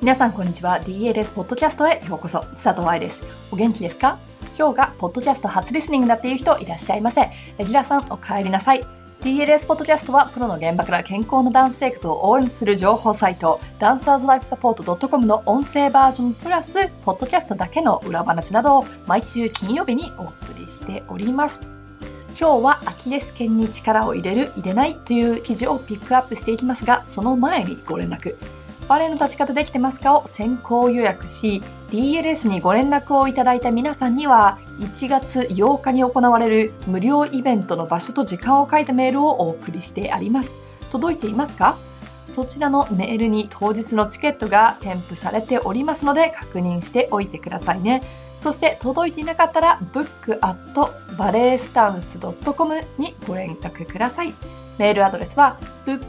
皆さんこんにちは。 DLS ポッドキャストへようこそ。佐藤愛です。お元気ですか？今日がポッドキャスト初リスニングだっていう人いらっしゃいませ。レギュラーさんお帰りなさい。 DLS ポッドキャストはプロの現場から健康なダンス生活を応援する情報サイトダンサーズライフサポート .com の音声バージョンプラスポッドキャストだけの裏話などを毎週金曜日にお送りしております。今日はアキレス腱に力を入れる入れないという記事をピックアップしていきますが、その前にご連絡、バレエの立ち方できてますかを先行予約し DLS にご連絡をいただいた皆さんには1月8日に行われる無料イベントの場所と時間を書いたメールをお送りしてあります。届いていますか？そちらのメールに当日のチケットが添付されておりますので確認しておいてくださいね。そして届いていなかったら book@balletstance.com にご連絡ください。メールアドレスは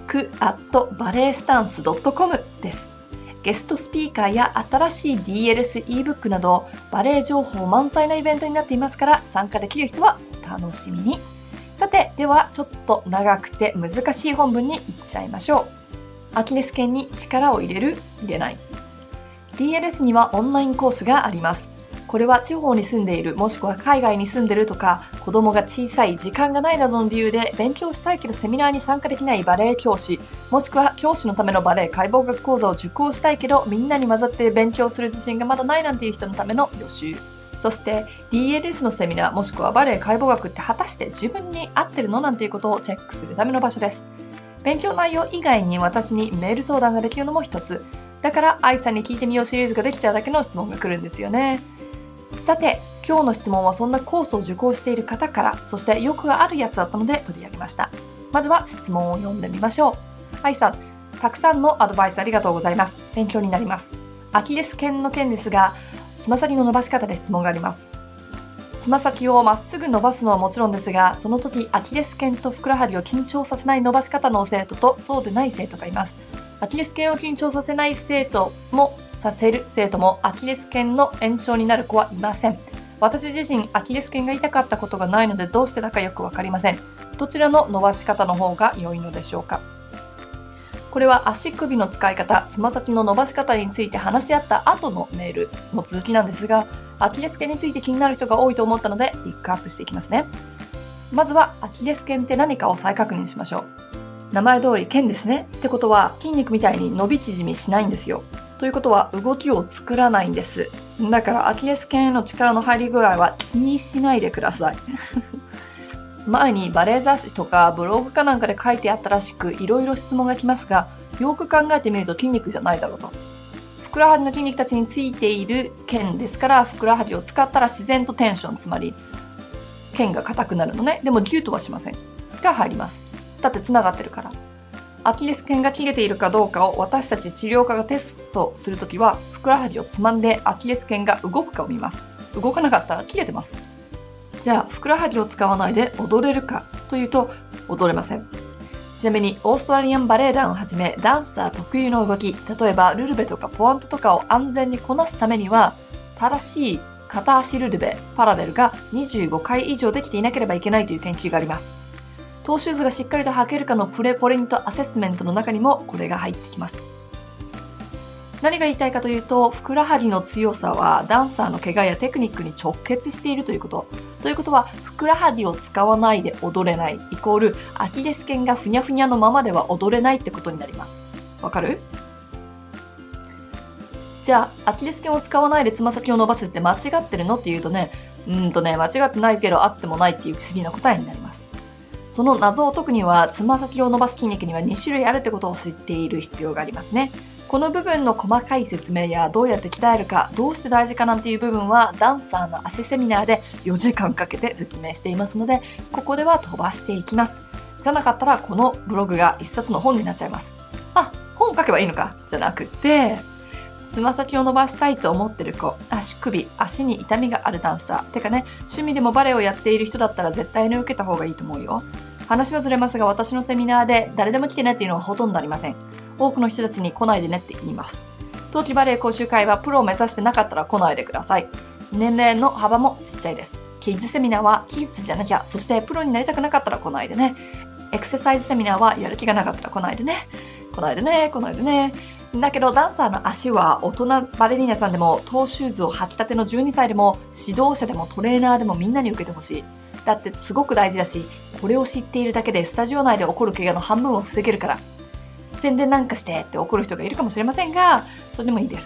book@balletstance.com です。ゲストスピーカーや新しい DLS ebook などバレエ情報満載なイベントになっていますから参加できる人はお楽しみに。さて、ではちょっと長くて難しい本文にいっちゃいましょう。アキレス腱に力を入れる入れない。 DLS にはオンラインコースがあります。これは地方に住んでいるもしくは海外に住んでいるとか子供が小さい時間がないなどの理由で勉強したいけどセミナーに参加できないバレエ教師もしくは教師のためのバレエ解剖学講座を受講したいけどみんなに混ざって勉強する自信がまだないなんていう人のための予習、そして DLS のセミナーもしくはバレエ解剖学って果たして自分に合ってるのなんていうことをチェックするための場所です。勉強内容以外に私にメール相談ができるのも一つだから、愛さんに聞いてみようシリーズができちゃうだけの質問が来るんですよね。さて、今日の質問はそんなコースを受講している方から、そしてよくあるやつだったので取り上げました。まずは質問を読んでみましょう。愛さん、たくさんのアドバイスありがとうございます。勉強になります。アキレス腱の件ですが、つま先の伸ばし方で質問があります。つま先をまっすぐ伸ばすのはもちろんですが、その時アキレス腱とふくらはぎを緊張させない伸ばし方の生徒とそうでない生徒がいます。アキレス腱を緊張させない生徒もさせる生徒もアキレス腱の炎症になる子はいません。私自身アキレス腱が痛かったことがないのでどうしてだかよくわかりません。どちらの伸ばし方の方が良いのでしょうか？これは足首の使い方、つま先の伸ばし方について話し合った後のメールの続きなんですが、アキレス腱について気になる人が多いと思ったのでピックアップしていきますね。まずはアキレス腱って何かを再確認しましょう。名前通り腱ですね。ってことは筋肉みたいに伸び縮みしないんですよ。ということは動きを作らないんです。だからアキレス腱への力の入り具合は気にしないでください。前にバレエ雑誌とかブログかなんかで書いてあったらしくいろいろ質問が来ますが、よく考えてみると筋肉じゃないだろうと。ふくらはぎの筋肉たちについている腱ですから、ふくらはぎを使ったら自然とテンション、つまり腱が硬くなるのね。でもギューとはしませんが入ります。だってつながってるから。アキレス腱が切れているかどうかを私たち治療家がテストするときはふくらはぎをつまんでアキレス腱が動くかを見ます。動かなかったら切れてます。じゃあふくらはぎを使わないで踊れるかというと踊れません。ちなみにオーストラリアンバレエ団をはじめダンサー特有の動き、例えばルルベとかポワントとかを安全にこなすためには正しい片足ルルベ、パラレルが25回以上できていなければいけないという研究があります。トーシューズがしっかりと履けるかのプレポイントアセスメントの中にもこれが入ってきます。何が言いたいかというと、ふくらはぎの強さはダンサーの怪我やテクニックに直結しているということ。ということは、ふくらはぎを使わないで踊れないイコールアキレス腱がふにゃふにゃのままでは踊れないってことになります。わかる？じゃあ、アキレス腱を使わないでつま先を伸ばすって間違ってるのって言うとね、間違ってないけどあってもないっていう不思議な答えになります。その謎を解くにはつま先を伸ばす筋肉には2種類あるってことを知っている必要がありますね。この部分の細かい説明やどうやって鍛えるか、どうして大事かなんていう部分はダンサーの足セミナーで4時間かけて説明していますので、ここでは飛ばしていきます。じゃなかったらこのブログが一冊の本になっちゃいます。あ、本書けばいいのかじゃなくて、つま先を伸ばしたいと思ってる子、足首、足に痛みがあるダンサー。てかね、趣味でもバレエをやっている人だったら絶対に受けた方がいいと思うよ。話はずれますが、私のセミナーで誰でも来てねっていうのはほとんどありません。多くの人たちに来ないでねって言います。冬季バレエ講習会はプロを目指してなかったら来ないでください。年齢の幅もちっちゃいです。キッズセミナーはキッズじゃなきゃ、そしてプロになりたくなかったら来ないでね。エクササイズセミナーはやる気がなかったら来ないでね。来ないでね。 だけどダンサーの足は大人バレリーナさんでもトーシューズを履きたての12歳でも指導者でもトレーナーでもみんなに受けてほしい。だってすごく大事だし、これを知っているだけでスタジオ内で起こる怪我の半分を防げるから。宣伝なんかしてって怒る人がいるかもしれませんが、それでもいいです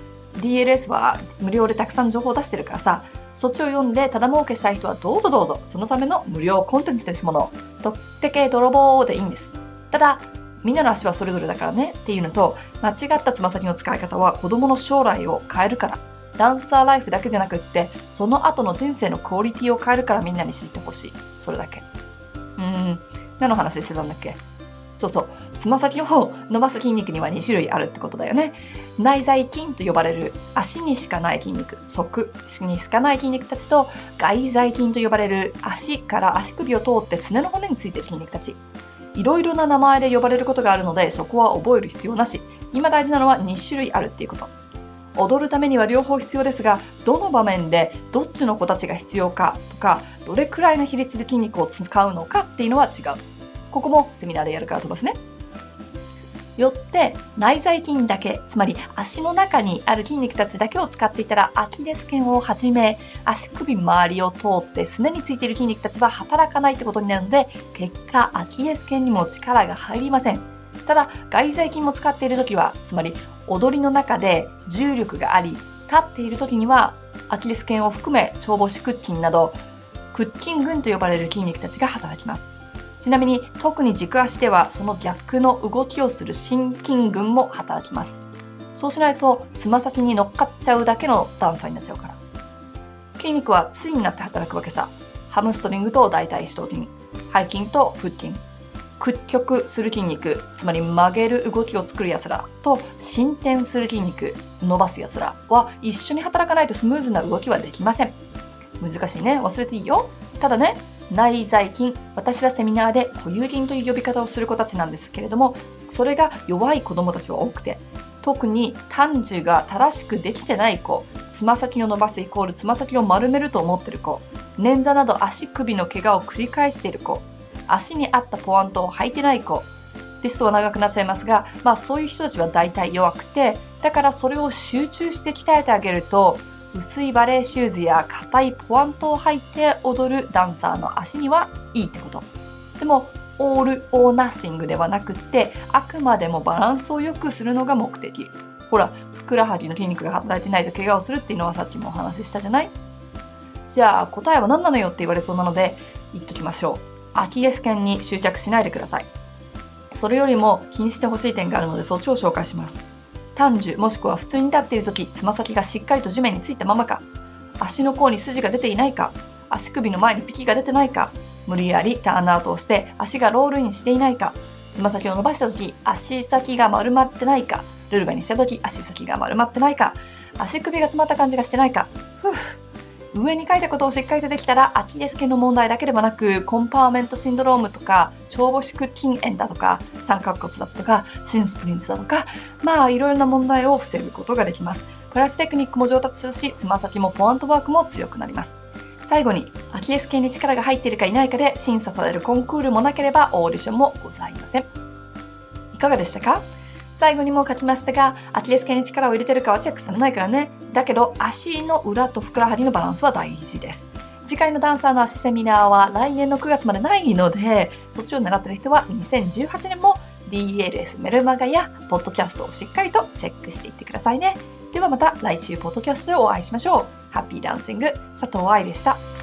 。DLS は無料でたくさん情報を出してるからさ、そっちを読んでただ儲けしたい人はどうぞどうぞ、そのための無料コンテンツですもの。とってけ泥棒でいいんです。ただ、みんなの足はそれぞれだからねっていうのと、間違ったつま先の使い方は子供の将来を変えるから。ダンサーライフだけじゃなくって、その後の人生のクオリティを変えるからみんなに知ってほしい。それだけ。何の話してたんだっけ？そうそう。つま先を伸ばす筋肉には2種類あるってことだよね。内在筋と呼ばれる足にしかない筋肉、足にしかない筋肉たちと、外在筋と呼ばれる足から足首を通ってすねの骨についている筋肉たち。いろいろな名前で呼ばれることがあるので、そこは覚える必要なし。今大事なのは2種類あるっていうこと。踊るためには両方必要ですが、どの場面でどっちの子たちが必要かとか、どれくらいの比率で筋肉を使うのかっていうのは違う。ここもセミナーでやるから飛ばすね。よって内在筋だけ、つまり足の中にある筋肉たちだけを使っていたら、アキレス腱をはじめ足首周りを通ってすねについている筋肉たちは働かないってことになるので、結果アキレス腱にも力が入りません。ただ外在筋も使っているときは、つまり踊りの中で重力があり、立っているときにはアキレス腱を含め腸母子屈筋など屈筋群と呼ばれる筋肉たちが働きます。ちなみに特に軸足ではその逆の動きをする心筋群も働きます。そうしないとつま先に乗っかっちゃうだけのダンサーになっちゃうから。筋肉は対になって働くわけさ。ハムストリングと大腿四頭筋、背筋と腹筋、屈曲する筋肉、つまり曲げる動きを作るやつらと伸展する筋肉、伸ばすやつらは一緒に働かないとスムーズな動きはできません。難しいね。忘れていいよ。ただね、内在筋、私はセミナーで固有筋という呼び方をする子たちなんですけれども、それが弱い子供たちは多くて、特に短寿が正しくできてない子、つま先を伸ばすイコールつま先を丸めると思っている子、捻挫など足首の怪我を繰り返している子、足に合ったポワントを履いてない子、リストは長くなっちゃいますが、そういう人たちは大体弱くて、だからそれを集中して鍛えてあげると、薄いバレエシューズや硬いポワントを履いて踊るダンサーの足にはいいってこと。でもオール・オー・ナッシングではなくって、あくまでもバランスを良くするのが目的。ほら、ふくらはぎの筋肉が働いてないと怪我をするっていうのはさっきもお話ししたじゃない？じゃあ答えは何なのよって言われそうなので言っときましょう。アキレス腱に執着しないでください。それよりも気にしてほしい点があるのでそっちを紹介します。短寿もしくは普通に立っているとき、つま先がしっかりと地面についたままか、足の甲に筋が出ていないか、足首の前にピキが出てないか、無理やりターンアウトをして足がロールインしていないか、つま先を伸ばしたとき足先が丸まってないか、ルルベにしたとき足先が丸まってないか、足首が詰まった感じがしてないか。上に書いたことをしっかりとできたら、アキレス腱の問題だけではなく、コンパワーメントシンドロームとか、腸母子屈筋炎だとか、三角骨だとか、シンスプリンツだとか、いろいろな問題を防ぐことができます。プラステクニックも上達するし、つま先もポワントワークも強くなります。最後に、アキレス腱に力が入っているかいないかで審査されるコンクールもなければオーディションもございません。いかがでしたか？最後にも書きましたが、アキレス腱に力を入れてるかはチェックされないからね。だけど、足の裏とふくらはぎのバランスは大事です。次回のダンサーの足セミナーは来年の9月までないので、そっちを狙ってる人は2018年も DLS メルマガやポッドキャストをしっかりとチェックしていってくださいね。ではまた来週ポッドキャストでお会いしましょう。ハッピーダンシング、佐藤愛でした。